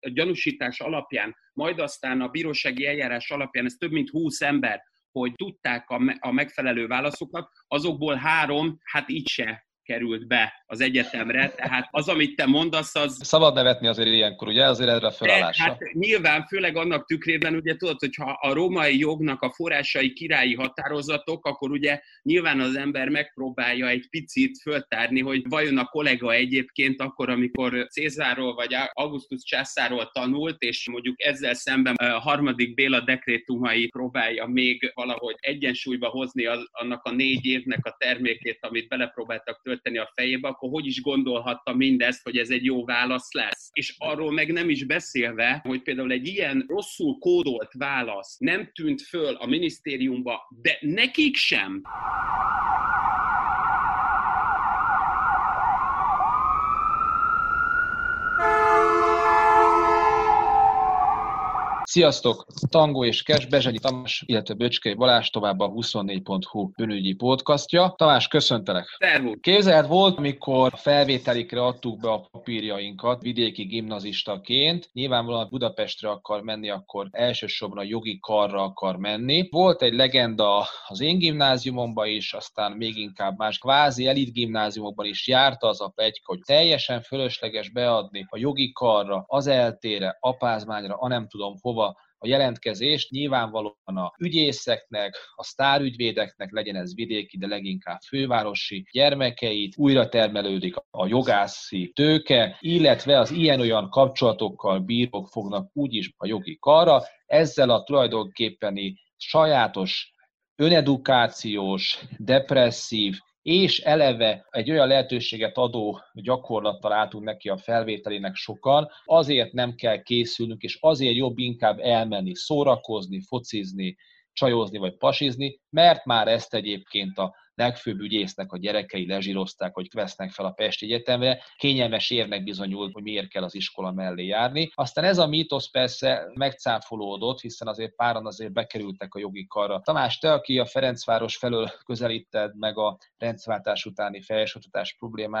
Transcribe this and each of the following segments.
gyanúsítás alapján, majd aztán a bírósági eljárás alapján, ez több mint 20 ember, hogy tudták a megfelelő válaszokat, azokból 3, hát így se került be az egyetemre, tehát az, amit te mondasz, az... Szabad nevetni azért ilyenkor, ugye? Azért erre a fölállásra. Hát nyilván, főleg annak tükrében, ugye tudod, hogyha a római jognak a forrásai királyi határozatok, akkor ugye nyilván az ember megpróbálja egy picit föltárni, hogy vajon a kollega egyébként akkor, amikor Cézárról vagy Augustus császárról tanult, és mondjuk ezzel szemben a 3. Béla dekrétumait próbálja még valahogy egyensúlyba hozni annak a 4 évnek a termékét, amit belepróbáltak tölteni a fejébe, akkor hogy is gondolhatta mindezt, hogy ez egy jó válasz lesz. És arról meg nem is beszélve, hogy például egy ilyen rosszul kódolt válasz nem tűnt föl a minisztériumba, de nekik sem. Sziasztok! Tangó és Kes, Bezsenyi Tamás, illetve Böcskei Balázs, továbbá a 24.hu bűnügyi podcastja. Tamás, köszöntelek! Szervusz! Képzeld, volt, amikor felvételikre adtuk be a papírjainkat vidéki gimnazistaként. Nyilvánvalóan Budapestre akar menni, akkor elsősorban a jogi karra akar menni. Volt egy legenda az én gimnáziumomban is, aztán még inkább más kvázi elit gimnáziumokban is járta az a pletyka, hogy teljesen fölösleges beadni a jogi karra, az eltére, apázmányra, nem tudom hova a jelentkezést. Nyilvánvalóan a ügyészeknek, a sztárügyvédeknek, legyen ez vidéki, de leginkább fővárosi gyermekeit, újra termelődik a jogászi tőke, illetve az ilyen-olyan kapcsolatokkal bírók fognak úgyis a jogi karra. Ezzel a tulajdonképpeni sajátos, önedukációs, depresszív, és eleve egy olyan lehetőséget adó gyakorlattal álltunk neki a felvételének sokan, azért nem kell készülnünk, és azért jobb inkább elmenni, szórakozni, focizni, csajozni vagy pasizni, mert már ezt egyébként a legfőbb ügyésznek a gyerekei lezsírozták, hogy vesznek fel a Pesti Egyetemre. Kényelmes érnek bizonyult, hogy miért kell az iskola mellé járni. Aztán ez a mítosz persze megcáfolódott, hiszen azért páran azért bekerültek a jogi karra. Tamás, te, aki a Ferencváros felől közelíted meg a rendszerváltás utáni felsőoktatás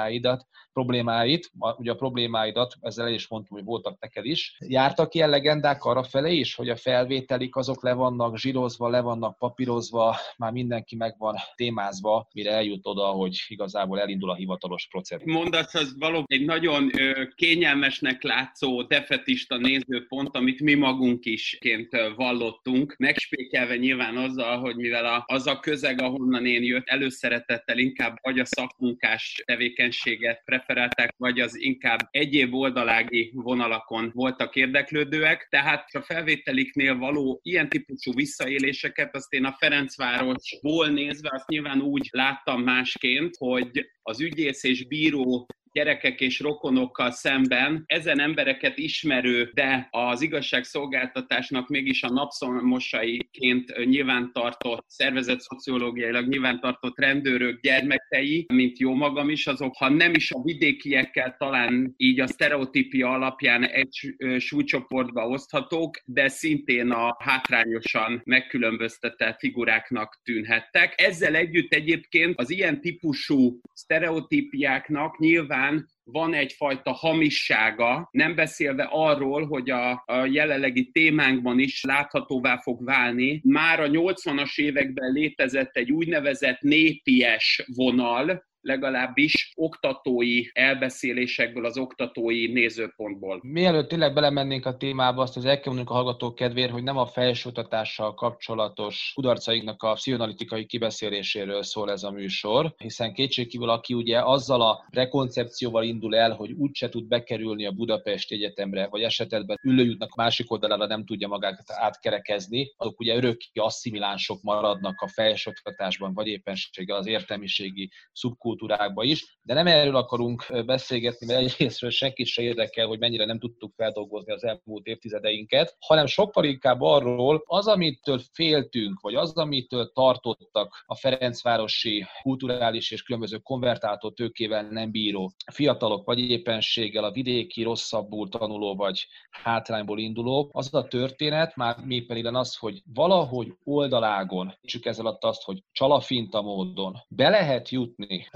problémáit, ugye a problémáidat, ezzel el is mondtam, hogy voltak neked is. Jártak ilyen legendák arra fele is, hogy a felvételik azok le vannak zsírozva, le vannak papírozva, már mindenki meg van témázva, mire eljut oda, hogy igazából elindul a hivatalos procedúra. Mondasz, az valóban egy nagyon kényelmesnek látszó defetista nézőpont, amit mi magunk isként vallottunk, megspékelve nyilván azzal, hogy mivel az a közeg, ahonnan én jött, előszeretettel inkább vagy a szakmunkás tevékenységet preferálták, vagy az inkább egyéb oldalági vonalakon voltak érdeklődőek, tehát a felvételiknél való ilyen típusú visszaéléseket, azt én a Ferencvárosból nézve, azt nyilván úgy láttam másként, hogy az ügyész és bíró gyerekek és rokonokkal szemben ezen embereket ismerő, de az igazságszolgáltatásnak mégis a napszomosaiként nyilvántartott, szervezetszociológiailag nyilvántartott rendőrök gyermekei, mint jó magam is, azok, ha nem is a vidékiekkel talán így a sztereotípia alapján egy súlycsoportba oszthatók, de szintén a hátrányosan megkülönböztetett figuráknak tűnhettek. Ezzel együtt egyébként az ilyen típusú sztereotípiáknak nyilván van egyfajta hamissága, nem beszélve arról, hogy a jelenlegi témánkban is láthatóvá fog válni. Már a 80-as években létezett egy úgynevezett népies vonal, legalábbis oktatói elbeszélésekből, az oktatói nézőpontból. Mielőtt tényleg belemennénk a témába, azt az el kell mondanunk a hallgatók kedvéért, hogy nem a felsőoktatással kapcsolatos kudarcainknak a pszichoanalitikai kibeszéléséről szól ez a műsor, hiszen kétségkívül, aki ugye azzal a prekoncepcióval indul el, hogy úgyse tud bekerülni a Budapesti Egyetemre, vagy esetben ülőjutnak másik oldalára nem tudja magát átkerekezni, azok ugye örökké asszimilánsok maradnak a felsőoktatásban, vagy éppenséggel az értelmiségi szubkultúrákba is, de nem erről akarunk beszélgetni, mert egyrésztről senki se érdekel, hogy mennyire nem tudtuk feldolgozni az elmúlt évtizedeinket, hanem sokkal inkább arról, az, amitől féltünk, vagy az, amitől tartottak a ferencvárosi kulturális és különböző konvertáltó tőkével nem bíró fiatalok, vagy éppenséggel a vidéki rosszabbul tanuló, vagy hátrányból induló, az a történet, már mégpedig az, hogy valahogy oldalágon, csak ezzel alatt azt, hogy csalafinta módon be lehet jutni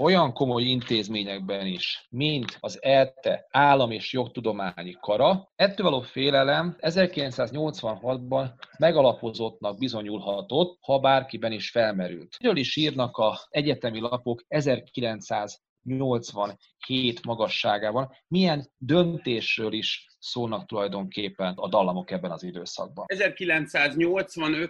olyan komoly intézményekben is, mint az ELTE, Állam- és Jogtudományi Kara, ettől való félelem 1986-ban megalapozottnak bizonyulhatott, ha bárkiben is felmerült. Erről is írnak az egyetemi lapok 1987 magasságában, milyen döntésről is szólnak tulajdonképpen a dallamok ebben az időszakban. 1985-től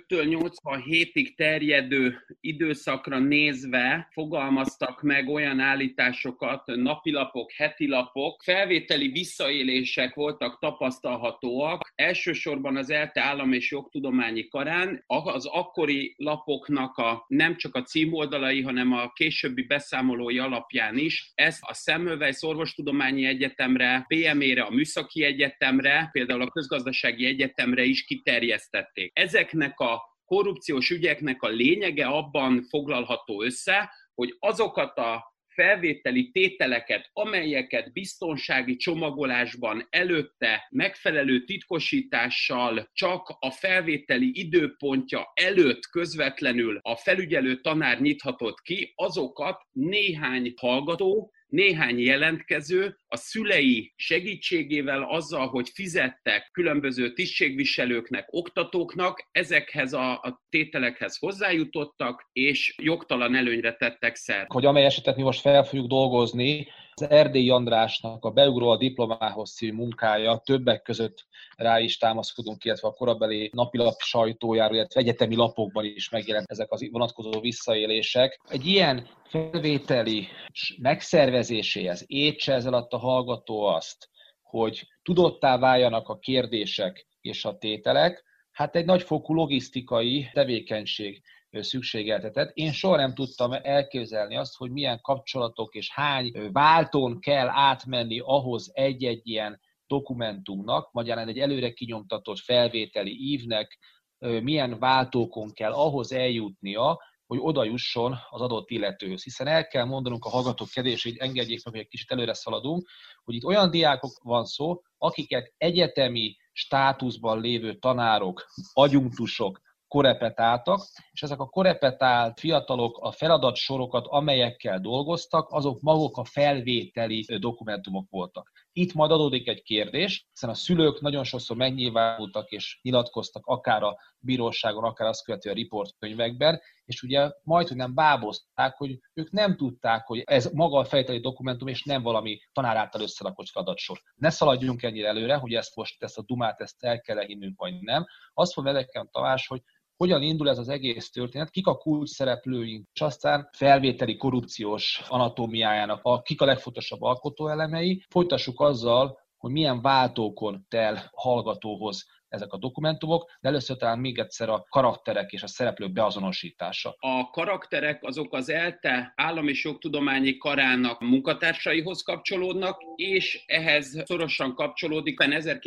87-ig terjedő időszakra nézve fogalmaztak meg olyan állításokat, napilapok, hetilapok, felvételi visszaélések voltak tapasztalhatóak, elsősorban az ELTE Állam- és Jogtudományi Karán, az akkori lapoknak nem csak a címoldalai, hanem a későbbi beszámolói alapján is. Ezt a Semmelweis Orvostudományi Egyetemre, PME-re, a Műszaki Egyetemre, például a Közgazdasági Egyetemre is kiterjesztették. Ezeknek a korrupciós ügyeknek a lényege abban foglalható össze, hogy azokat a felvételi tételeket, amelyeket biztonsági csomagolásban előtte megfelelő titkosítással csak a felvételi időpontja előtt közvetlenül a felügyelő tanár nyithatott ki, azokat néhány hallgató, néhány jelentkező a szülei segítségével azzal, hogy fizettek különböző tisztségviselőknek, oktatóknak, ezekhez a tételekhez hozzájutottak, és jogtalan előnyre tettek szert. Hogy amely esetet mi most fel fogjuk dolgozni, az Erdélyi Andrásnak a Beugró a diplomához című munkája, többek között rá is támaszkodunk, illetve a korabeli napilap sajtójáról, illetve egyetemi lapokban is megjelent ezek az vonatkozó visszaélések. Egy ilyen felvételi megszervezéséhez értse ez alatt a hallgató azt, hogy tudottá váljanak a kérdések és a tételek, hát egy nagyfokú logisztikai tevékenység szükségeltetett. Én soha nem tudtam elképzelni azt, hogy milyen kapcsolatok és hány váltón kell átmenni ahhoz egy-egy ilyen dokumentumnak, magyarán egy előre kinyomtatott felvételi ívnek, milyen váltókon kell ahhoz eljutnia, hogy oda jusson az adott illetőhöz. Hiszen el kell mondanunk a hallgatók kedvését, engedjék meg, hogy egy kicsit előre szaladunk, hogy itt olyan diákok van szó, akiket egyetemi státuszban lévő tanárok, adjunktusok korepetáltak, és ezek a korepetált fiatalok a feladatsorokat, amelyekkel dolgoztak, azok maguk a felvételi dokumentumok voltak. Itt majd adódik egy kérdés, hiszen a szülők nagyon sokszor megnyilvánultak és nyilatkoztak akár a bíróságon, akár azt követő a riportkönyvekben, és ugye majdhogy nem bábozták, hogy ők nem tudták, hogy ez maga a felvételi dokumentum, és nem valami tanár által összerakott feladatsor. Ne szaladjunk ennyire előre, hogy ezt a dumát el kell hinnünk, vagy nem. Azt mondja nekem Tamás, hogy hogyan indul ez az egész történet, kik a kulcs szereplőink, és aztán felvételi korrupciós anatómiájának kik a legfontosabb alkotóelemei. Folytassuk azzal, hogy milyen váltókon tel hallgatóhoz ezek a dokumentumok, de először talán még egyszer a karakterek és a szereplők beazonosítása. A karakterek azok az ELTE Állam- és Jogtudományi Karának munkatársaihoz kapcsolódnak, és ehhez szorosan kapcsolódik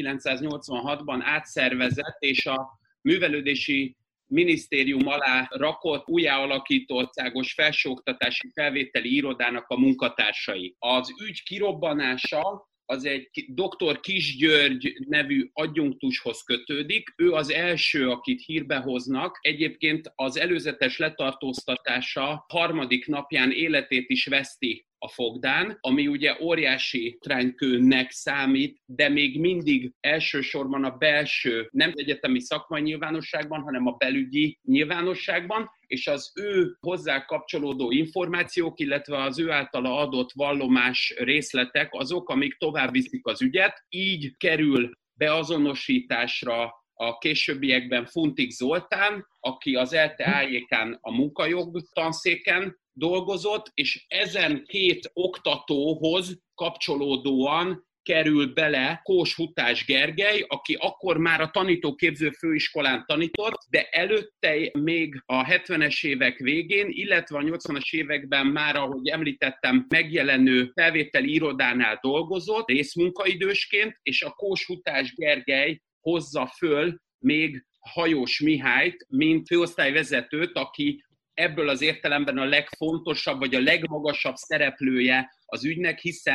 1986-ban átszervezett és a művelődési minisztérium alá rakott, újjáalakított országos felsőoktatási felvételi irodának a munkatársai. Az ügy kirobbanása az egy dr. Kiss György nevű adjunktushoz kötődik. Ő az első, akit hírbe hoznak. Egyébként az előzetes letartóztatása harmadik napján életét is veszti a fogdán, ami ugye óriási tránykőnek számít, de még mindig elsősorban a belső, nem egyetemi szakmai nyilvánosságban, hanem a belügyi nyilvánosságban, és az ő hozzá kapcsolódó információk, illetve az ő általa adott vallomás részletek azok, amik tovább viszik az ügyet. Így kerül beazonosításra a későbbiekben Funtik Zoltán, aki az ELTE AJK-n a munkajog tanszéken dolgozott, és ezen két oktatóhoz kapcsolódóan kerül bele Kós Hutás Gergely, aki akkor már a tanítóképző főiskolán tanított, de előtte még a 70-es évek végén, illetve a 80-as években már, ahogy említettem, megjelenő felvételi irodánál dolgozott részmunkaidősként, és a Kós Hutás Gergely hozza föl még Hajós Mihályt, mint főosztályvezetőt, aki ebből az értelemben a legfontosabb, vagy a legmagasabb szereplője az ügynek, hiszen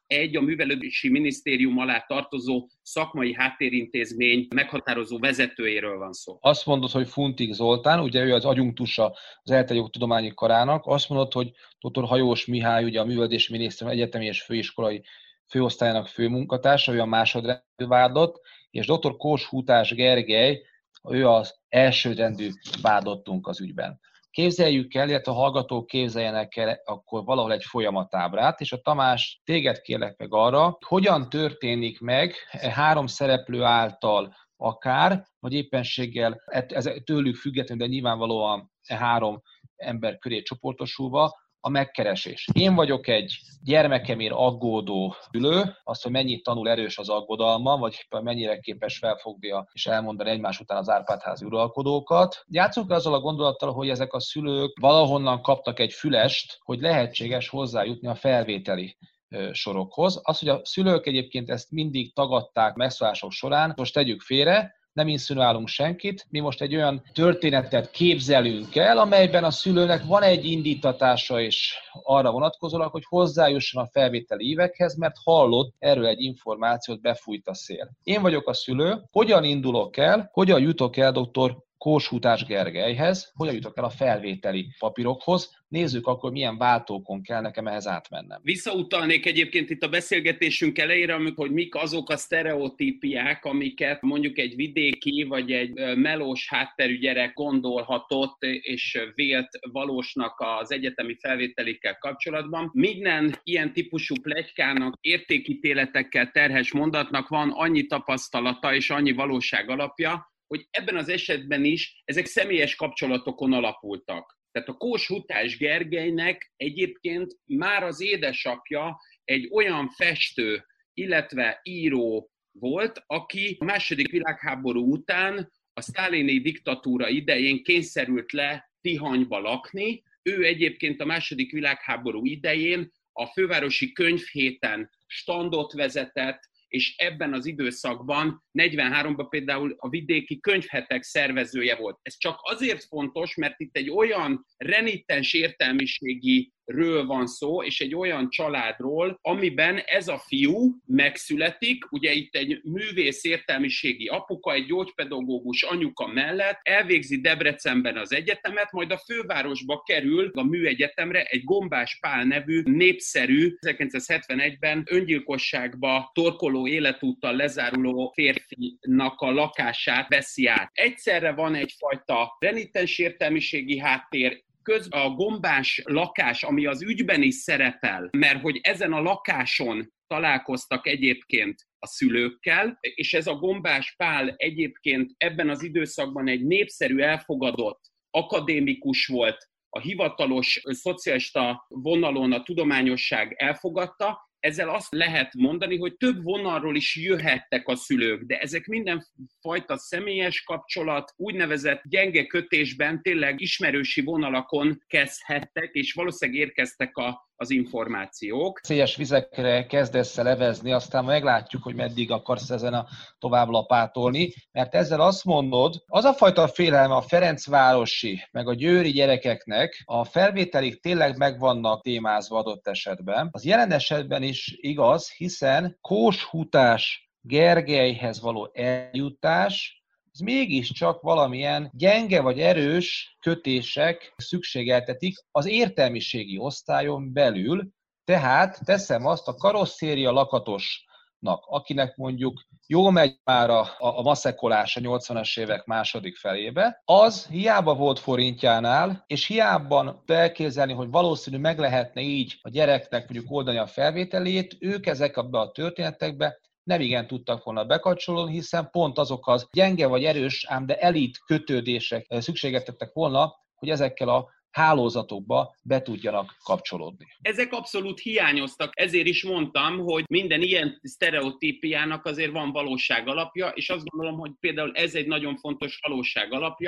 egy a Művelődési Minisztérium alá tartozó szakmai háttérintézmény meghatározó vezetőjéről van szó. Azt mondod, hogy Funtik Zoltán, ugye ő az adjunktusa az ELTE Jogtudományi Karának, azt mondod, hogy dr. Hajós Mihály, ugye a Művelődési Minisztérium Egyetemi és Főiskolai Főosztályának főmunkatársa, ő a másodrendű vádlott, és dr. Kós-Hutás Gergely, ő az elsődrendű vádlottunk az ügyben. Képzeljük el, illetve a hallgatók képzeljenek el akkor valahol egy folyamatábrát, és a Tamás, téged kérlek meg arra, hogyan történik meg három szereplő által akár, vagy éppenséggel ez tőlük függetlenül, de nyilvánvalóan három ember köré csoportosulva, a megkeresés. Én vagyok egy gyermekemért aggódó szülő, azt, hogy mennyit tanul erős az aggodalma, vagy mennyire képes felfogni és elmondani egymás után az Árpád-házi uralkodókat. Játsszunk azzal a gondolattal, hogy ezek a szülők valahonnan kaptak egy fülest, hogy lehetséges hozzájutni a felvételi sorokhoz. Az, hogy a szülők egyébként ezt mindig tagadták megszólások során, most tegyük félre, nem insinuálunk senkit, mi most egy olyan történetet képzelünk el, amelyben a szülőnek van egy indítatása is arra vonatkozólag, hogy hozzájusson a felvételi évekhez, mert hallott erről egy információt, befújt a szél. Én vagyok a szülő, hogyan indulok el, hogyan jutok el dr. Kós-Hutás Gergelyhez, hogyan jutok el a felvételi papírokhoz, nézzük akkor, milyen váltókon kell nekem ehhez átmennem. Visszautalnék egyébként itt a beszélgetésünk elejére, hogy mik azok a sztereotípiák, amiket mondjuk egy vidéki vagy egy melós hátterű gyerek gondolhatott és vélt valósnak az egyetemi felvételikkel kapcsolatban. Minden ilyen típusú pletykának, értékítéletekkel terhes mondatnak van annyi tapasztalata és annyi valóság alapja, hogy ebben az esetben is ezek személyes kapcsolatokon alapultak. Tehát a Kós-Hutás Gergelynek egyébként már az édesapja egy olyan festő, illetve író volt, aki a II. Világháború után a sztálini diktatúra idején kényszerült le Tihanyba lakni. Ő egyébként a II. Világháború idején a fővárosi könyvhéten standot vezetett, és ebben az időszakban, 43-ban például a vidéki könyvhetek szervezője volt. Ez csak azért fontos, mert itt egy olyan renitens értelmiségiről van szó, és egy olyan családról, amiben ez a fiú megszületik, ugye itt egy művész értelmiségi apuka, egy gyógypedagógus anyuka mellett, elvégzi Debrecenben az egyetemet, majd a fővárosba kerül a műegyetemre egy Gombás Pál nevű népszerű, 1971-ben öngyilkosságba torkoló életúttal lezáruló férfinak a lakását veszi át. Egyszerre van egyfajta renitens értelmiségi háttér, a gombás lakás, ami az ügyben is szerepel, mert hogy ezen a lakáson találkoztak egyébként a szülőkkel, és ez a Gombás Pál egyébként ebben az időszakban egy népszerű, elfogadott akadémikus volt, a hivatalos szocialista vonalon a tudományosság elfogadta. Ezzel azt lehet mondani, hogy több vonalról is jöhettek a szülők, de ezek mindenfajta személyes kapcsolat, úgynevezett gyenge kötésben tényleg ismerősi vonalakon kezdhettek, és valószínűleg érkeztek az információk. Széles vizekre kezdesz el levezni, aztán meglátjuk, hogy meddig akarsz ezen tovább lapátolni, mert ezzel azt mondod, az a fajta félelme a ferencvárosi, meg a győri gyerekeknek, a felvételik tényleg meg vannak témázva adott esetben. Az jelen esetben is igaz, hiszen Kós-Hutás Gergelyhez való eljutás, ez mégiscsak valamilyen gyenge vagy erős kötések szükségeltetik az értelmiségi osztályon belül, tehát teszem azt a karosszéria lakatosnak, akinek mondjuk jól megy már a maszekolás a 80-as évek második felébe, az hiába volt forintjánál, és hiába elképzelni, hogy valószínű meg lehetne így a gyereknek mondjuk oldani a felvételét, ők ezekbe a történetekbe nem igen tudtak volna bekapcsolódni, hiszen pont azok az gyenge vagy erős, ám de elit kötődések szükségeltettek volna, hogy ezekkel a hálózatokba be tudjanak kapcsolódni. Ezek abszolút hiányoztak, ezért is mondtam, hogy minden ilyen sztereotípiának azért van valóság alapja, és azt gondolom, hogy például ez egy nagyon fontos valóság alapja,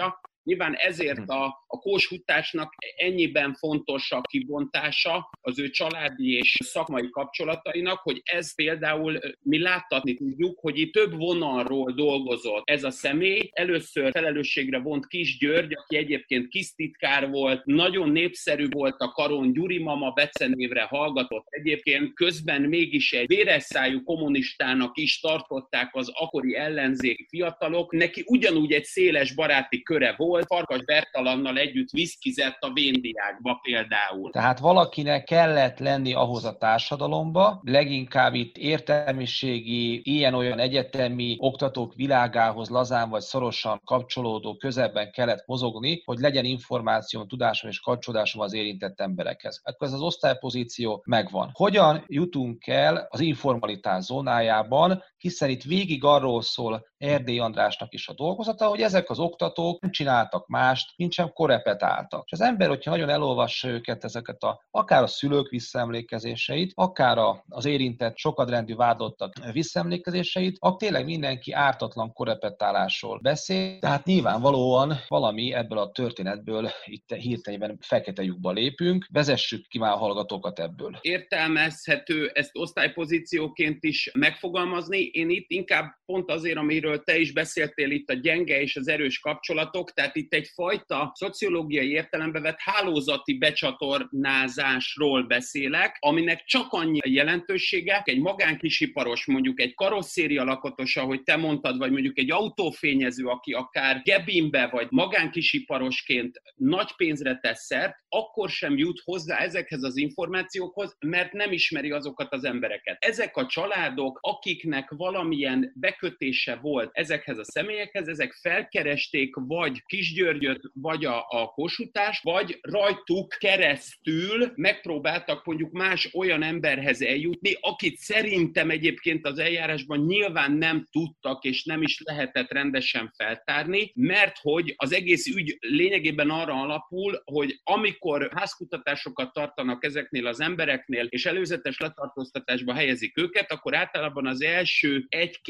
Nyilván ezért a kósfutásnak ennyiben fontos a kibontása az ő családi és szakmai kapcsolatainak, hogy ez például mi láttatni tudjuk, hogy itt több vonalról dolgozott ez a személy. Először felelősségre vont Kiss György, aki egyébként kisztitkár volt, nagyon népszerű volt a Karon Gyuri mama, becenévre hallgatott. Egyébként közben mégis egy véres szájú kommunistának is tartották az akkori ellenzéki fiatalok. Neki ugyanúgy egy széles baráti köre volt, Farkas Bertalannal együtt viszkizett a Véndiákba például. Tehát valakinek kellett lenni ahhoz a társadalomba, leginkább itt értelmiségi, ilyen-olyan egyetemi oktatók világához lazán vagy szorosan kapcsolódó közelben kellett mozogni, hogy legyen információ, tudásom és kapcsolódásom az érintett emberekhez. Akkor ez az osztálypozíció megvan. Hogyan jutunk el az informalitás zónájában, hiszen itt végig arról szól Erdély Andrásnak is a dolgozata, hogy ezek az oktatók nem csináltak mást, mint sem korepetáltak. És az ember, hogyha nagyon elolvassa őket, ezeket akár a szülők visszaemlékezéseit, akár az érintett sokadrendű vádlottak visszaemlékezéseit, akkor tényleg mindenki ártatlan korepetálásról beszél, tehát nyilvánvalóan valami ebből a történetből itt hirtelenben fekete lyukba lépünk, vezessük ki már a hallgatókat ebből. Értelmezhető ezt osztálypozícióként is megfogalmazni. Én itt inkább pont azért, amiről te is beszéltél, itt a gyenge és az erős kapcsolatok, tehát itt egyfajta szociológiai értelembe vett hálózati becsatornázásról beszélek, aminek csak annyi jelentősége, egy magánkisiparos, mondjuk egy karosszéria lakotos, ahogy te mondtad, vagy mondjuk egy autófényező, aki akár gebinbe vagy magánkisiparosként nagy pénzre tesz szert, akkor sem jut hozzá ezekhez az információkhoz, mert nem ismeri azokat az embereket. Ezek a családok, akiknek valamilyen bekötése volt ezekhez a személyekhez, ezek felkeresték vagy Kiss Györgyöt, vagy a Kossuth-t, vagy rajtuk keresztül megpróbáltak mondjuk más olyan emberhez eljutni, akit szerintem egyébként az eljárásban nyilván nem tudtak, és nem is lehetett rendesen feltárni, mert hogy az egész ügy lényegében arra alapul, hogy amikor házkutatásokat tartanak ezeknél az embereknél, és előzetes letartóztatásba helyezik őket, akkor általában az első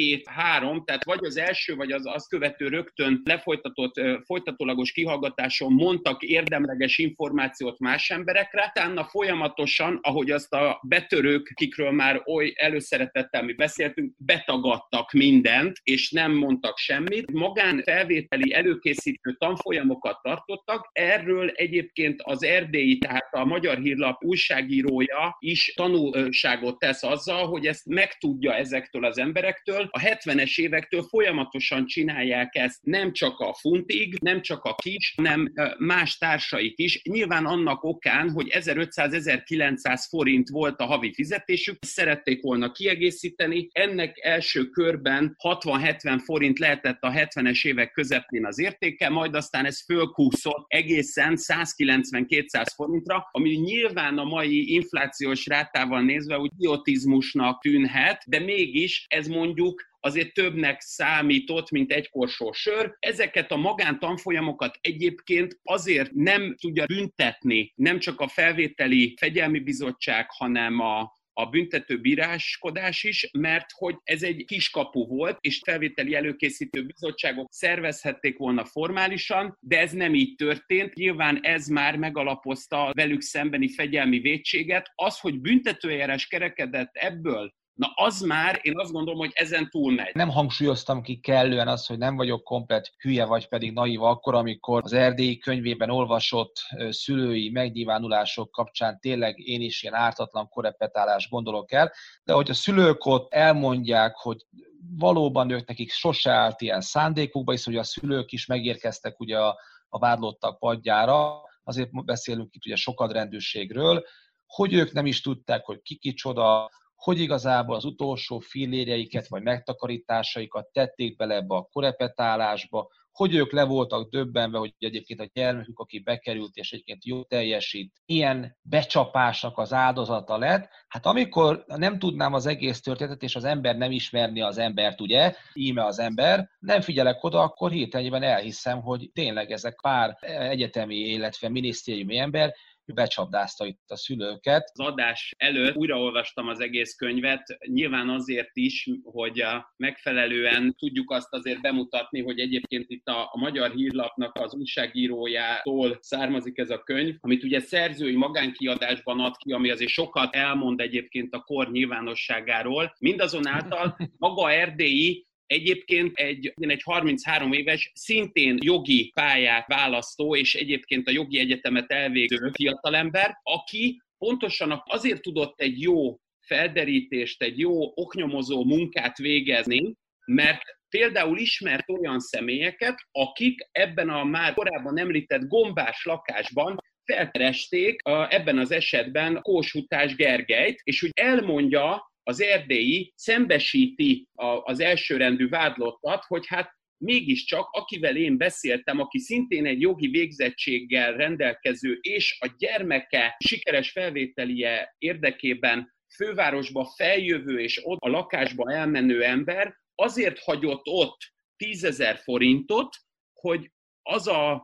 1-2-3, tehát vagy az első, vagy az azt követő rögtön lefolytatott, folytatólagos kihallgatáson mondtak érdemleges információt más emberekre, utána folyamatosan, ahogy azt a betörők, akikről már oly előszeretettel mi beszéltünk, betagadtak mindent, és nem mondtak semmit. Magánfelvételi előkészítő tanfolyamokat tartottak. Erről egyébként az erdélyi, tehát a Magyar Hírlap újságírója is tanúságot tesz azzal, hogy ezt megtudja ezektől az emberektől. A 70-es évektől folyamatosan csinálják ezt, nem csak a Funtig, nem csak a Kiss, hanem más társaik is. Nyilván annak okán, hogy 1500-1900 forint volt a havi fizetésük, szerették volna kiegészíteni. Ennek első körben 60-70 forint lehetett a 70-es évek közepén az értéke, majd aztán ez fölkúszott egészen 190-200 forintra, ami nyilván a mai inflációs rátával nézve úgy idiotizmusnak tűnhet, de mégis ez mondjuk azért többnek számított, mint egy korsó sör. Ezeket a magántanfolyamokat egyébként azért nem tudja büntetni, nem csak a felvételi fegyelmi bizottság, hanem a büntető bíráskodás is, mert hogy ez egy kiskapu volt, és felvételi előkészítő bizottságok szervezhették volna formálisan, de ez nem így történt. Nyilván ez már megalapozta velük szembeni fegyelmi vétséget. Az, hogy büntetőeljárás kerekedett ebből, na az már, én azt gondolom, hogy ezen túlmegy. Nem hangsúlyoztam ki kellően azt, hogy nem vagyok komplett hülye, vagy pedig naív akkor, amikor az Erdélyi könyvében olvasott szülői megnyilvánulások kapcsán tényleg én is ilyen ártatlan korepetálás gondolok el, de hogy a szülők ott elmondják, hogy valóban ők nekik sose állt ilyen szándékukba, és hogy a szülők is megérkeztek ugye a vádlottak padjára, azért beszélünk itt ugye sokadrendűségről, hogy ők nem is tudták, hogy ki kicsoda, hogy igazából az utolsó fillérjeiket vagy megtakarításaikat tették bele ebbe a korepetálásba, hogy ők le voltak döbbenve, hogy egyébként a gyermekük, aki bekerült és egyébként jól teljesít, ilyen becsapásnak az áldozata lett. Hát amikor nem tudnám az egész történetet, és az ember nem ismerni az embert, ugye, íme az ember, nem figyelek oda, akkor hirtelenben elhiszem, hogy tényleg ezek pár egyetemi, illetve minisztériumi ember becsapdázta itt a szülőket. Az adás előtt újraolvastam az egész könyvet, nyilván azért is, hogy megfelelően tudjuk azt azért bemutatni, hogy egyébként itt a Magyar Hírlapnak az újságírójától származik ez a könyv, amit ugye szerzői magánkiadásban ad ki, ami azért sokat elmond egyébként a kor nyilvánosságáról. Mindazonáltal maga Erdélyi egyébként egy 33 éves, szintén jogi pályát választó, és egyébként a jogi egyetemet elvégző fiatalember, aki pontosan azért tudott egy jó felderítést, egy jó oknyomozó munkát végezni, mert például ismert olyan személyeket, akik ebben a már korábban említett gombás lakásban felkeresték ebben az esetben Kóshutás Gergelyt, és úgy elmondja, az Erdélyi szembesíti az elsőrendű vádlottat, hogy hát mégiscsak, akivel én beszéltem, aki szintén egy jogi végzettséggel rendelkező, és a gyermeke sikeres felvételie érdekében fővárosba feljövő és ott a lakásba elmenő ember, azért hagyott ott 10 000 forintot, hogy az a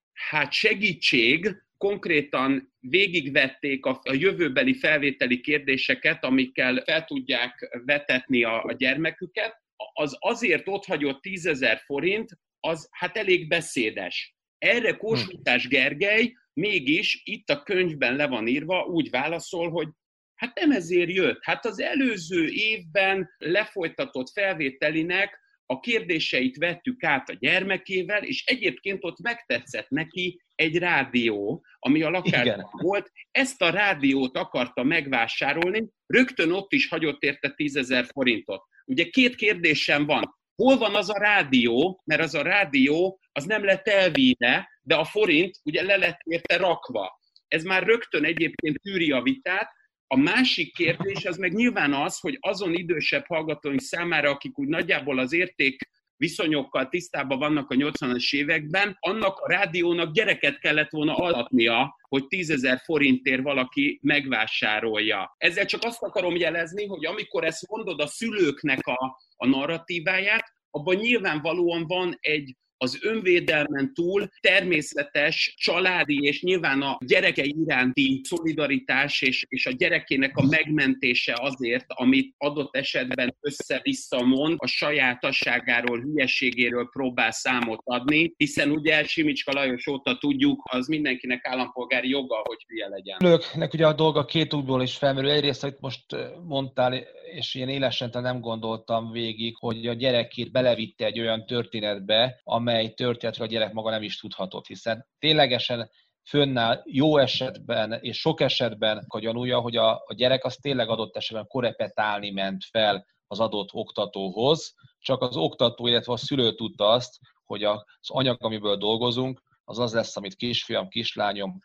segítség, konkrétan végigvették a jövőbeli felvételi kérdéseket, amikkel fel tudják vetetni a gyermeküket, az azért otthagyott 10 000 forint, az hát elég beszédes. Erre Kóshutás Gergely mégis itt a könyvben le van írva, úgy válaszol, hogy hát nem ezért jött. Hát az előző évben lefolytatott felvételinek a kérdéseit vettük át a gyermekével, és egyébként ott megtetszett neki egy rádió, ami a lakásban volt. Ezt a rádiót akarta megvásárolni, rögtön ott is hagyott érte 10 000 forintot. Ugye 2 kérdésem van. Hol van az a rádió? Mert az a rádió az nem lett elvéve, de a forint ugye le lett érte rakva. Ez már rögtön egyébként tűri a vitát. A másik kérdés az meg nyilván az, hogy azon idősebb hallgatóink számára, akik úgy nagyjából az érték viszonyokkal tisztában vannak a 80-as években, annak a rádiónak gyereket kellett volna alatnia, hogy 10 000 forintért valaki megvásárolja. Ezzel csak azt akarom jelezni, hogy amikor ezt mondod a szülőknek a narratíváját, abban nyilvánvalóan van egy az önvédelmen túl természetes családi és nyilván a gyereke iránti szolidaritás és a gyerekének a megmentése azért, amit adott esetben össze-vissza mond, a sajátosságáról, hülyeségéről próbál számot adni, hiszen ugye Simicska Lajos óta tudjuk, az mindenkinek állampolgári joga, hogy hülye legyen. Nőknek ugye a dolga 2 útból is felmerül. Egyrészt, amit most mondtál, és ilyen élesen nem gondoltam végig, hogy a gyerekét belevitte egy olyan történetbe, amely történetről a gyerek maga nem is tudhatott, hiszen ténylegesen fönnáll jó esetben és sok esetben a gyanúja, hogy a gyerek az tényleg adott esetben korepetálni ment fel az adott oktatóhoz, csak az oktató, illetve a szülő tudta azt, hogy az anyag, amiből dolgozunk, az lesz, amit kisfiam, kislányom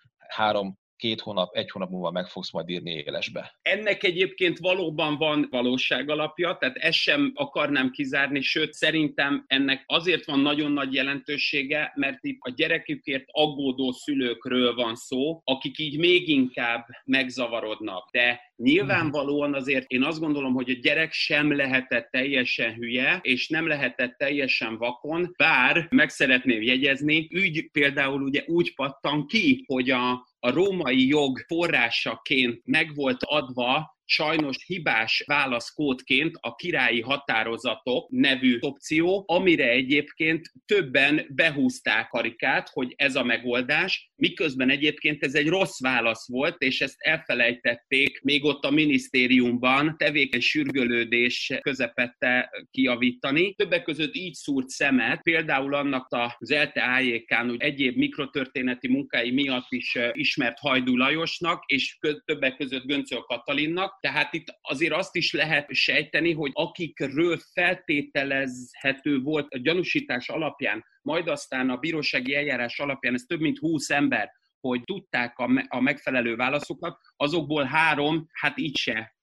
2 hónap, 1 hónap múlva meg fogsz majd írni élesbe. Ennek egyébként valóban van valóságalapja, tehát ezt sem akarnám kizárni, sőt szerintem ennek azért van nagyon nagy jelentősége, mert itt a gyerekükért aggódó szülőkről van szó, akik így még inkább megzavarodnak. De nyilvánvalóan azért én azt gondolom, hogy a gyerek sem lehetett teljesen hülye, és nem lehetett teljesen vakon, bár meg szeretném jegyezni, például ugye úgy pattan ki, hogy a római jog forrásaként meg volt adva sajnos hibás válaszkódként a királyi határozatok nevű opció, amire egyébként többen behúzták karikát, hogy ez a megoldás, miközben egyébként ez egy rossz válasz volt, és ezt elfelejtették még ott a minisztériumban tevékeny sürgölődés közepette kijavítani. Többek között így szúrt szemet, például annak az ELTE AJK-n egyéb mikrotörténeti munkái miatt is ismert Hajdú Lajosnak, és többek között Göncöl Katalinnak. Tehát itt azért azt is lehet sejteni, hogy akikről feltételezhető volt a gyanúsítás alapján, majd aztán a bírósági eljárás alapján, ez több mint 20 ember, hogy tudták a megfelelő válaszokat, azokból 3 hát így se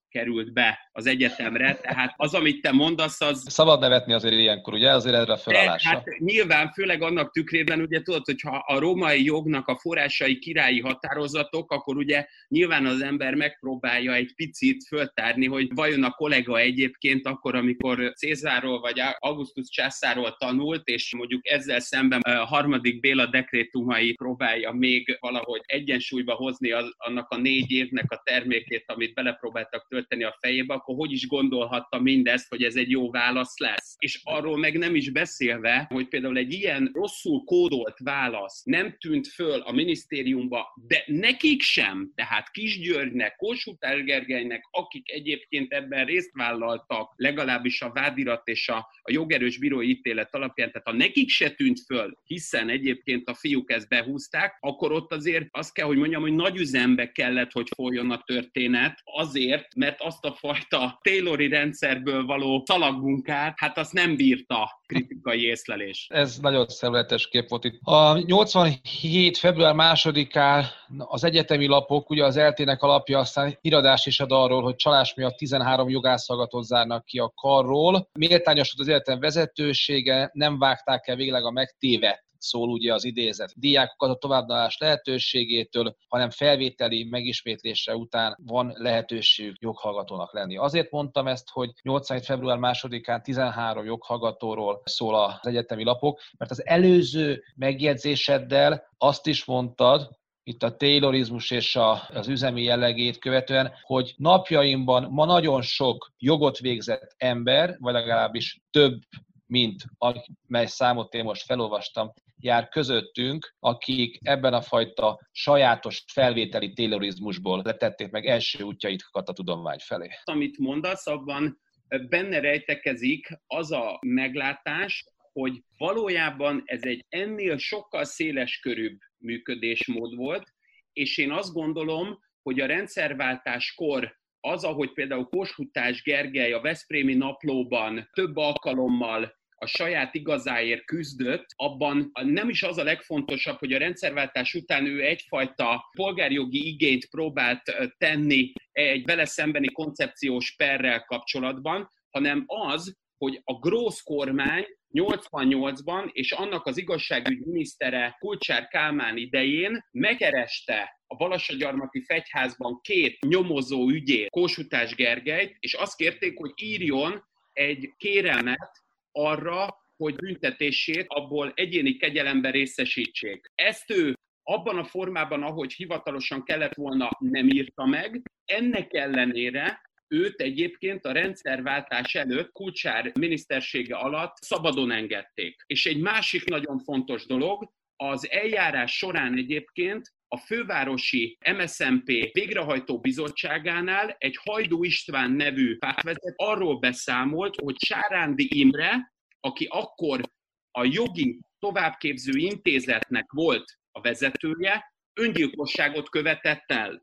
került be az egyetemre, tehát az, amit te mondasz, az... Szabad nevetni azért ilyenkor, ugye? Azért erre a fölállásra. Hát nyilván, főleg annak tükrében, ugye tudod, hogyha a római jognak a forrásai királyi határozatok, akkor ugye nyilván az ember megpróbálja egy picit föltárni, hogy vajon a kollega egyébként akkor, amikor Cézárról vagy Augustus császárról tanult, és mondjuk ezzel szemben a harmadik Béla dekrétumai próbálja még valahogy egyensúlyba hozni annak a 4 évnek a termékét, amit belepróbáltak tölteni a fejébe, akkor hogy is gondolhatta mindezt, hogy ez egy jó válasz lesz. És arról meg nem is beszélve, hogy például egy ilyen rosszul kódolt válasz nem tűnt föl a minisztériumba, de nekik sem, tehát Kisgyörgynek, Kossuth Gergelynek, akik egyébként ebben részt vállaltak, legalábbis a vádirat és a jogerős bírói ítélet alapján, tehát ha nekik se tűnt föl, hiszen egyébként a fiúk ezt behúzták, akkor ott azért azt kell, hogy mondjam, hogy nagy üzembe kellett, hogy folyjon a történet, azért, mert azt a fajta Taylori rendszerből való szalagmunkát, hát azt nem bírta kritikai észlelés. Ez nagyon szemléletes kép volt itt. A 87. február 2-án az egyetemi lapok, ugye az ELTE-nek alapja, aztán híradás is ad arról, hogy csalás miatt 13 jogászhallgatót zárnak ki a karról. Méltányosult az egyetem vezetősége, nem vágták el végleg a megtévedt, szól ugye az idézet, diákokat a továbbtanulás lehetőségétől, hanem felvételi megismétlése után van lehetőségük joghallgatónak lenni. Azért mondtam ezt, hogy 87. február 2-án 13 joghallgatóról szól az egyetemi lapok, mert az előző megjegyzéseddel azt is mondtad, itt a taylorizmus és az üzemi jellegét követően, hogy napjainkban ma nagyon sok jogot végzett ember, vagy legalábbis több, mint mely számot én most felolvastam, jár közöttünk, akik ebben a fajta sajátos felvételi taylorizmusból letették meg első útjaikat a tudomány felé. Amit mondasz, abban benne rejtekezik az a meglátás, hogy valójában ez egy ennél sokkal széleskörűbb működésmód volt, és én azt gondolom, hogy a rendszerváltáskor az, ahogy például Kossuth Gergely a Veszprémi Naplóban több alkalommal a saját igazáért küzdött, abban nem is az a legfontosabb, hogy a rendszerváltás után ő egyfajta polgárjogi igényt próbált tenni egy vele szembeni koncepciós perrel kapcsolatban, hanem az, hogy a Grósz kormány 88-ban és annak az igazságügyi minisztere Kulcsár Kálmán idején megkereste a Balassagyarmati Fegyházban 2 nyomozó ügyét, Kossuth Gergelyt, és azt kérték, hogy írjon egy kérelmet arra, hogy büntetését abból egyéni kegyelemben részesítsék. Ezt ő abban a formában, ahogy hivatalosan kellett volna, nem írta meg. Ennek ellenére őt egyébként a rendszerváltás előtt Kulcsár minisztersége alatt szabadon engedték. És egy másik nagyon fontos dolog, az eljárás során egyébként a fővárosi MSZNP végrehajtó bizottságánál egy Hajdú István nevű pártvezető arról beszámolt, hogy Sárándi Imre, aki akkor a jogi továbbképző intézetnek volt a vezetője, öngyilkosságot követett el.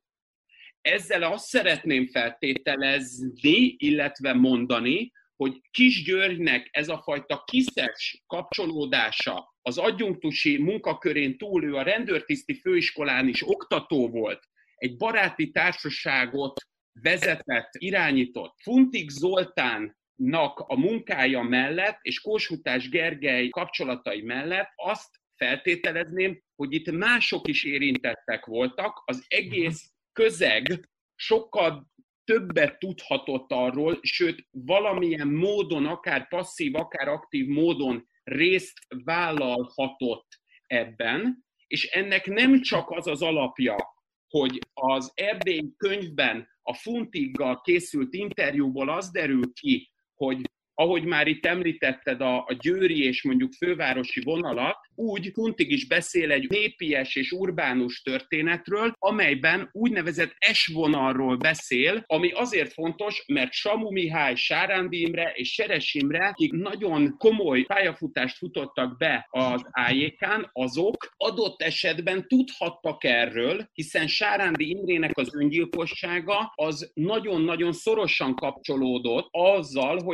Ezzel azt szeretném feltételezni, illetve mondani, hogy Kisgyörgynek ez a fajta kiszes kapcsolódása az adjunktusi munkakörén túl, ő a rendőrtiszti főiskolán is oktató volt, egy baráti társaságot vezetett, irányított. Funtik Zoltánnak a munkája mellett és Kossuth Gergely kapcsolatai mellett azt feltételezném, hogy itt mások is érintettek voltak, az egész közeg sokkal többet tudhatott arról, sőt valamilyen módon, akár passzív, akár aktív módon részt vállalhatott ebben, és ennek nem csak az az alapja, hogy az erdélyi könyvben a Funtiggal készült interjúból az derül ki, hogy ahogy már itt említetted a győri és mondjuk fővárosi vonalat, úgy Funtig is beszél egy népies és urbánus történetről, amelyben úgynevezett S-vonalról beszél, ami azért fontos, mert Samu Mihály, Sárándi Imre és Seres Imre, akik nagyon komoly pályafutást futottak be az AJK-n, azok adott esetben tudhattak erről, hiszen Sárándi Imrének az öngyilkossága az nagyon-nagyon szorosan kapcsolódott azzal, hogy már a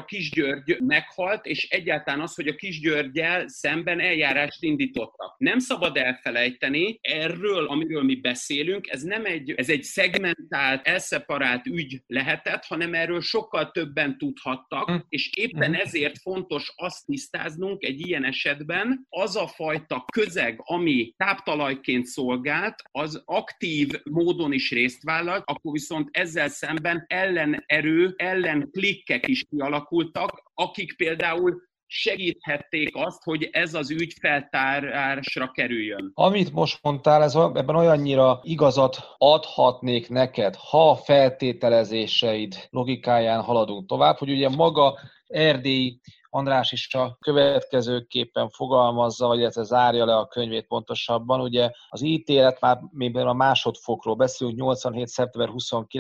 Kisgyörgy meghalt, és egyáltalán az, hogy a Kisgyörggyel szemben eljárást indítottak. Nem szabad elfelejteni, erről, amiről mi beszélünk, ez egy szegmentált, elszeparált ügy lehetett, hanem erről sokkal többen tudhattak, és éppen ezért fontos azt tisztáznunk egy ilyen esetben, az a fajta közeg, ami táptalajként szolgált, az aktív módon is részt vállalt, akkor viszont ezzel szemben ellenerő, ellenklikkek is kialakultak, akik például segíthették azt, hogy ez az ügy feltárásra kerüljön. Amit most mondtál, ebben olyannyira igazat adhatnék neked, ha a feltételezéseid logikáján haladunk tovább, hogy ugye maga Erdélyi András is a következőképpen fogalmazza, vagy illetve zárja le a könyvét pontosabban. Ugye az ítélet, már miben a másodfokról beszélünk, 87. szeptember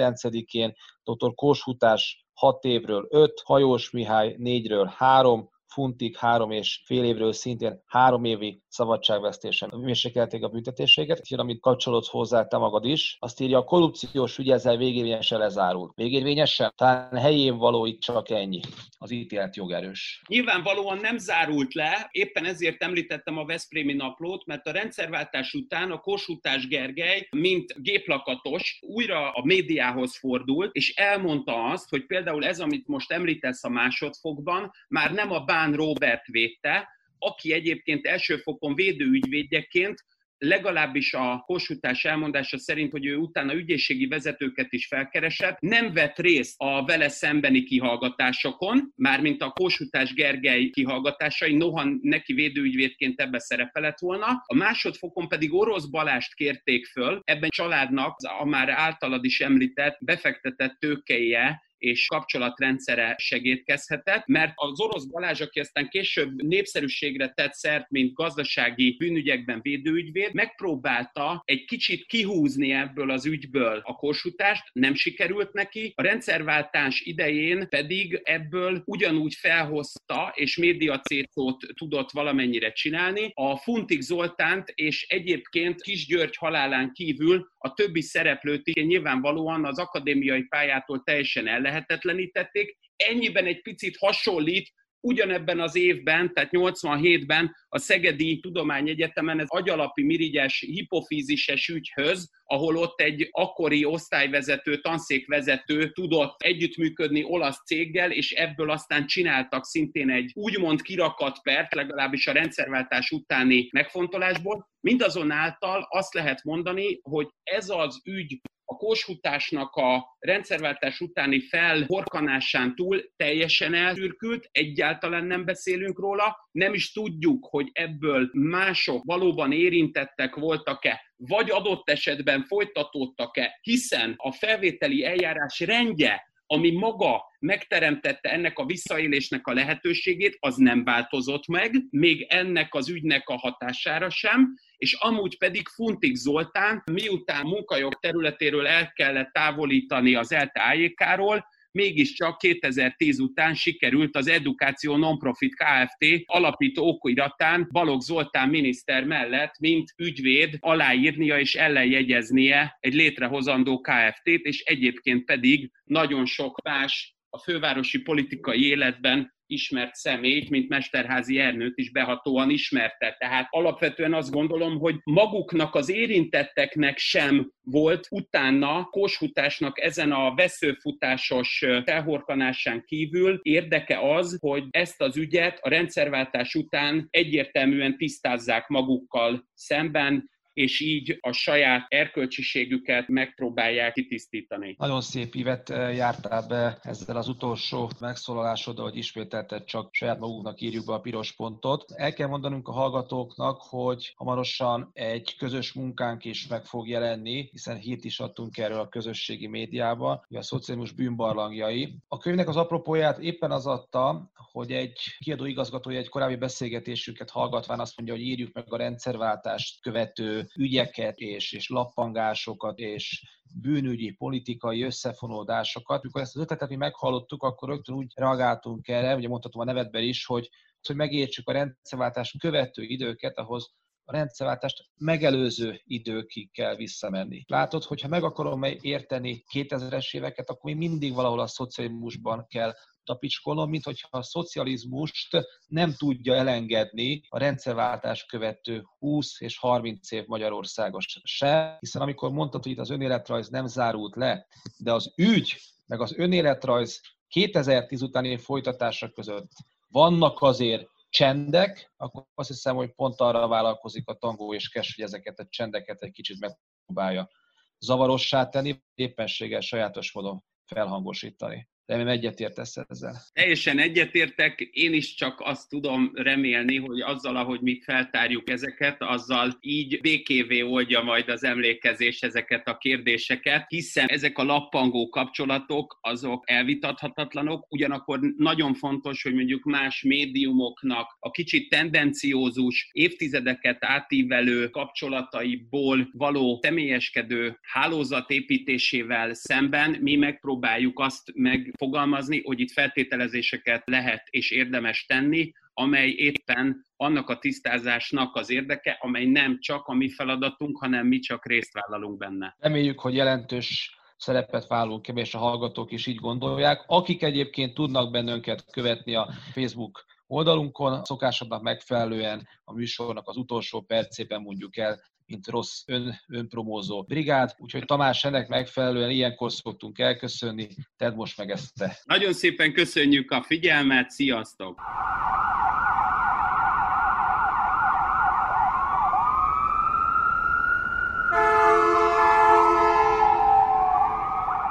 29-én dr. Kossuth 6 évről 5, Hajós Mihály 4-ről 3, Funtik 3,5 évről szintén 3 évi szabadságvesztésen mérsékelték a büntetésséget, és amit kapcsolódsz hozzá te magad is, azt írja, a korrupciós ügy ezzel végérvényesen lezárult. Végérvényesen? Talán helyén való itt csak ennyi. Az ítélet jogerős. Nyilvánvalóan nem zárult le, éppen ezért említettem a Veszprémi Naplót, mert a rendszerváltás után a Kossuth Gergely, mint géplakatos, újra a médiához fordult, és elmondta azt, hogy például ez, amit most említesz a másodfokban, már nem a Bán Róbert védte, aki egyébként elsőfokon védőügyvédjeként, legalábbis a Kossuth elmondása szerint, hogy ő utána ügyészségi vezetőket is felkeresett, nem vett részt a vele szembeni kihallgatásokon, mármint a Kossuth Gergely kihallgatásai, noha neki védőügyvédként ebbe szerepelett volna. A másodfokon pedig Orosz Balást kérték föl, ebben családnak a már általad is említett befektetett tőkeje és kapcsolatrendszere segédkezhetett, mert az Orosz Balázs, aki aztán később népszerűségre tett szert, mint gazdasági bűnügyekben védőügyvéd, megpróbálta egy kicsit kihúzni ebből az ügyből a Kossuth-t, nem sikerült neki, a rendszerváltás idején pedig ebből ugyanúgy felhozta, és médiacécót tudott valamennyire csinálni, a Funtik Zoltánt, és egyébként Kisgyörgy halálán kívül a többi szereplőt is nyilvánvalóan az akadémiai pályától teljesen ellehetetlenítették. Ennyiben egy picit hasonlít ugyanebben az évben, tehát 87-ben a Szegedi Tudományegyetemen ez agyalapi mirigyes hipofízises ügyhöz, ahol ott egy akkori osztályvezető, tanszékvezető tudott együttműködni olasz céggel, és ebből aztán csináltak szintén egy úgymond kirakadt pert, legalábbis a rendszerváltás utáni megfontolásból. Mindazonáltal azt lehet mondani, hogy ez az ügy a Kossuth-nak a rendszerváltás utáni felhorkanásán túl teljesen elszürkült, egyáltalán nem beszélünk róla, nem is tudjuk, hogy ebből mások valóban érintettek voltak-e, vagy adott esetben folytatódtak-e, hiszen a felvételi eljárás rendje, ami maga megteremtette ennek a visszaélésnek a lehetőségét, az nem változott meg, még ennek az ügynek a hatására sem, és amúgy pedig Funtik Zoltán, miután munkajog területéről el kellett távolítani az ELTE AJK-ról, mégiscsak 2010 után sikerült az Edukáció Nonprofit Kft. Alapító okiratán Balogh Zoltán miniszter mellett, mint ügyvéd aláírnia és ellenjegyeznie egy létrehozandó Kft-t, és egyébként pedig nagyon sok más a fővárosi politikai életben ismert személyt, mint Mesterházy Ernőt is behatóan ismerte. Tehát alapvetően azt gondolom, hogy maguknak az érintetteknek sem volt utána Kossuth-nak ezen a veszőfutásos felhorkanásán kívül érdeke az, hogy ezt az ügyet a rendszerváltás után egyértelműen tisztázzák magukkal szemben, és így a saját erkölcsiségüket megpróbálják kitisztítani. Nagyon szép ívet jártál be ezzel az utolsó megszólalásoddal, hogy ismételted, csak saját magunknak írjuk be a piros pontot. El kell mondanunk a hallgatóknak, hogy hamarosan egy közös munkánk is meg fog jelenni, hiszen hírt is adtunk erről a közösségi médiában, a szocializmus bűnbarlangjai. A könyvnek az apropóját éppen az adta, hogy egy kiadó igazgatója egy korábbi beszélgetésünket hallgatván azt mondja, hogy írjuk meg a rendszerváltást követő ügyeket és lappangásokat és bűnügyi, politikai összefonódásokat. Mikor ezt az ötletet mi meghallottuk, akkor rögtön úgy reagáltunk erre, ugye mondhatom a nevedben is, hogy megértsük a rendszerváltást követő időket, ahhoz a rendszerváltást megelőző időkig kell visszamenni. Látod, hogyha meg akarom érteni 2000-es éveket, akkor még mindig valahol a szocializmusban kell tapicskolom, mint hogyha a szocializmust nem tudja elengedni a rendszerváltás követő 20 és 30 év Magyarországos se, hiszen amikor mondtad, hogy itt az önéletrajz nem zárult le, de az ügy, meg az önéletrajz 2010 utáni folytatása között vannak azért csendek, akkor azt hiszem, hogy pont arra vállalkozik a Tango és Cash, hogy ezeket a csendeket egy kicsit megpróbálja zavarossá tenni, éppenséggel sajátos módon felhangosítani. Remélem egyetértesz ezzel. Teljesen egyetértek, én is csak azt tudom remélni, hogy azzal, ahogy mi feltárjuk ezeket, azzal így békévé oldja majd az emlékezés ezeket a kérdéseket, hiszen ezek a lappangó kapcsolatok, azok elvitathatatlanok, ugyanakkor nagyon fontos, hogy mondjuk más médiumoknak a kicsit tendenciózus, évtizedeket átívelő kapcsolataiból való személyeskedő hálózatépítésével szemben mi megpróbáljuk azt megfogalmazni, hogy itt feltételezéseket lehet és érdemes tenni, amely éppen annak a tisztázásnak az érdeke, amely nem csak a mi feladatunk, hanem mi csak részt vállalunk benne. Reméljük, hogy jelentős szerepet vállalunk ebben, és a hallgatók is így gondolják. Akik egyébként tudnak bennünket követni a Facebook oldalunkon, szokásodnak megfelelően a műsornak az utolsó percében mondjuk el, mint rossz önpromózó brigád. Úgyhogy Tamás, ennek megfelelően ilyenkor szoktunk elköszönni, tedd most meg ezt te. Nagyon szépen köszönjük a figyelmet, sziasztok!